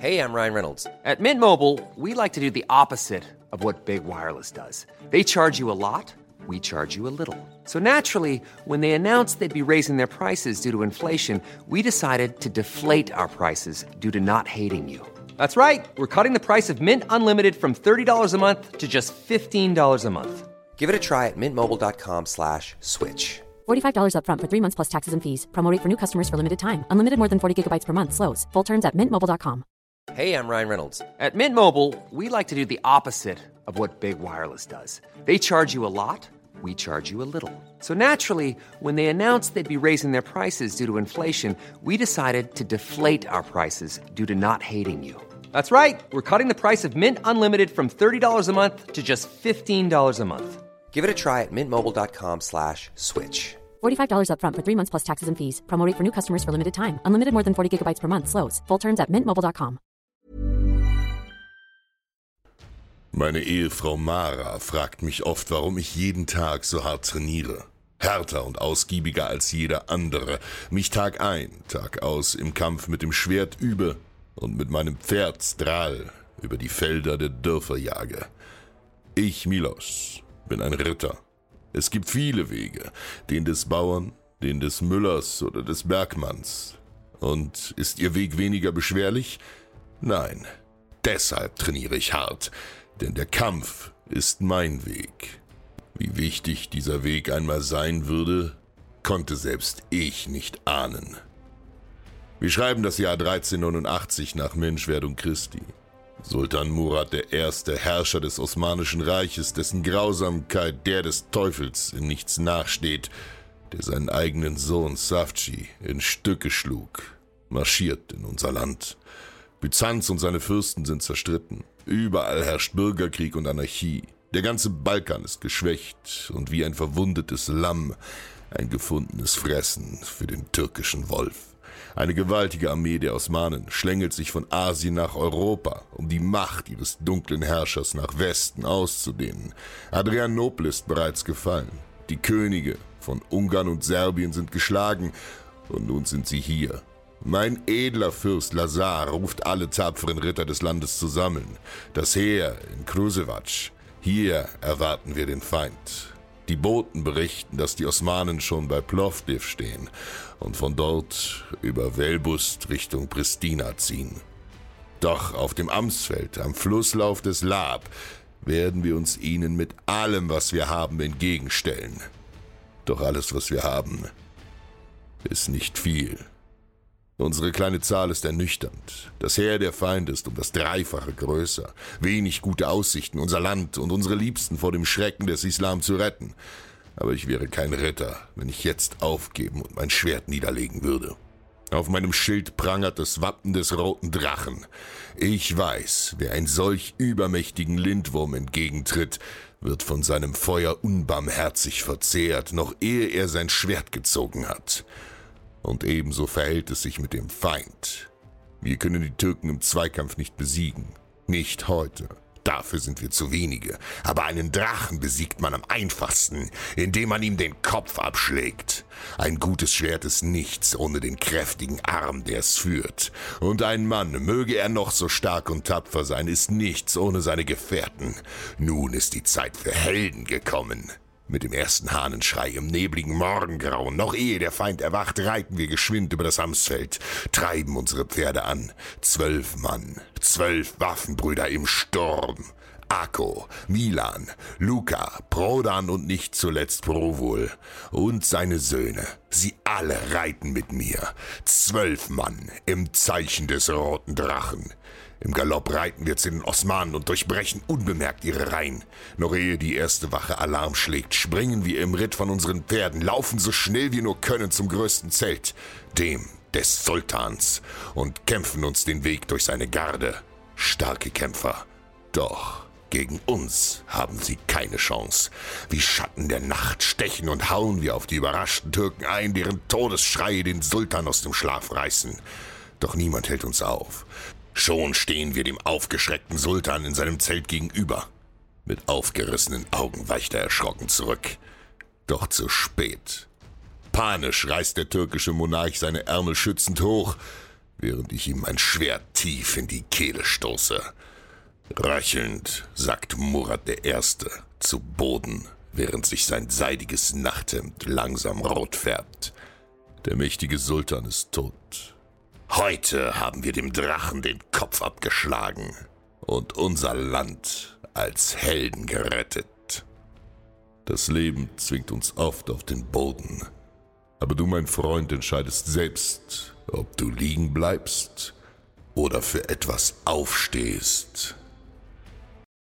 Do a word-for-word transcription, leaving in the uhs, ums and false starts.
Hey, I'm Ryan Reynolds. At Mint Mobile, we like to do the opposite of what Big Wireless does. They charge you a lot, we charge you a little. So naturally, when they announced they'd be raising their prices due to inflation, we decided to deflate our prices due to not hating you. That's right. We're cutting the price of Mint Unlimited from thirty dollars a month to just fifteen dollars a month. Give it a try at mintmobile.com slash switch. forty-five dollars up front for three months plus taxes and fees. Promo rate for new customers for limited time. Unlimited more than forty gigabytes per month. Slows full terms at mint mobile dot com. Hey, I'm Ryan Reynolds. At Mint Mobile, we like to do the opposite of what Big Wireless does. They charge you a lot, we charge you a little. So naturally, when they announced they'd be raising their prices due to inflation, we decided to deflate our prices due to not hating you. That's right. We're cutting the price of Mint Unlimited from thirty dollars a month to just fifteen dollars a month. Give it a try at mintmobile.com slash switch. forty-five dollars up front for three months plus taxes and fees. Promo rate for new customers for limited time. Unlimited more than forty gigabytes per month. Slows full terms at mint mobile dot com. Meine Ehefrau Mara fragt mich oft, warum ich jeden Tag so hart trainiere. Härter und ausgiebiger als jeder andere. Mich Tag ein, Tag aus im Kampf mit dem Schwert übe und mit meinem Pferd Stral über die Felder der Dörfer jage. Ich, Milos, bin ein Ritter. Es gibt viele Wege, den des Bauern, den des Müllers oder des Bergmanns. Und ist Ihr Weg weniger beschwerlich? Nein, deshalb trainiere ich hart, denn der Kampf ist mein Weg. Wie wichtig dieser Weg einmal sein würde, konnte selbst ich nicht ahnen. Wir schreiben das Jahr dreizehnhundertneunundachtzig nach Menschwerdung Christi. Sultan Murad der Erste, Herrscher des Osmanischen Reiches, dessen Grausamkeit der des Teufels in nichts nachsteht, der seinen eigenen Sohn Safchi in Stücke schlug, marschiert in unser Land. Byzanz und seine Fürsten sind zerstritten. Überall herrscht Bürgerkrieg und Anarchie. Der ganze Balkan ist geschwächt und wie ein verwundetes Lamm, ein gefundenes Fressen für den türkischen Wolf. Eine gewaltige Armee der Osmanen schlängelt sich von Asien nach Europa, um die Macht ihres dunklen Herrschers nach Westen auszudehnen. Adrianopel ist bereits gefallen. Die Könige von Ungarn und Serbien sind geschlagen und nun sind sie hier. Mein edler Fürst Lazar ruft alle tapferen Ritter des Landes zusammen. Das Heer in Kruševac. Hier erwarten wir den Feind. Die Boten berichten, dass die Osmanen schon bei Plovdiv stehen und von dort über Velbust Richtung Pristina ziehen. Doch auf dem Amsfeld, am Flusslauf des Lab, werden wir uns ihnen mit allem, was wir haben, entgegenstellen. Doch alles, was wir haben, ist nicht viel. Unsere kleine Zahl ist ernüchternd. Das Heer der Feinde ist um das Dreifache größer. Wenig gute Aussichten, unser Land und unsere Liebsten vor dem Schrecken des Islam zu retten. Aber ich wäre kein Ritter, wenn ich jetzt aufgeben und mein Schwert niederlegen würde. Auf meinem Schild prangert das Wappen des roten Drachen. Ich weiß, wer einen solch übermächtigen Lindwurm entgegentritt, wird von seinem Feuer unbarmherzig verzehrt, noch ehe er sein Schwert gezogen hat. Und ebenso verhält es sich mit dem Feind. Wir können die Türken im Zweikampf nicht besiegen. Nicht heute. Dafür sind wir zu wenige. Aber einen Drachen besiegt man am einfachsten, indem man ihm den Kopf abschlägt. Ein gutes Schwert ist nichts ohne den kräftigen Arm, der es führt. Und ein Mann, möge er noch so stark und tapfer sein, ist nichts ohne seine Gefährten. Nun ist die Zeit für Helden gekommen. Mit dem ersten Hahnenschrei im nebligen Morgengrauen, noch ehe der Feind erwacht, reiten wir geschwind über das Amsfeld, treiben unsere Pferde an. Zwölf Mann, zwölf Waffenbrüder im Sturm. Akko, Milan, Luka, Prodan und nicht zuletzt Provul. Und seine Söhne, sie alle reiten mit mir. Zwölf Mann im Zeichen des roten Drachen. Im Galopp reiten wir zu den Osmanen und durchbrechen unbemerkt ihre Reihen. Noch ehe die erste Wache Alarm schlägt, springen wir im Ritt von unseren Pferden, laufen so schnell wir nur können zum größten Zelt, dem des Sultans, und kämpfen uns den Weg durch seine Garde. Starke Kämpfer. Doch gegen uns haben sie keine Chance. Wie Schatten der Nacht stechen und hauen wir auf die überraschten Türken ein, deren Todesschreie den Sultan aus dem Schlaf reißen. Doch niemand hält uns auf. Schon stehen wir dem aufgeschreckten Sultan in seinem Zelt gegenüber. Mit aufgerissenen Augen weicht er erschrocken zurück. Doch zu spät. Panisch reißt der türkische Monarch seine Ärmel schützend hoch. während ich ihm mein Schwert tief in die Kehle stoße. Röchelnd sackt Murat der Erste zu Boden, während sich sein seidiges Nachthemd langsam rot färbt. Der mächtige Sultan ist tot. Heute haben wir dem Drachen den Kopf abgeschlagen und unser Land als Helden gerettet. Das Leben zwingt uns oft auf den Boden, aber du, mein Freund, entscheidest selbst, ob du liegen bleibst oder für etwas aufstehst.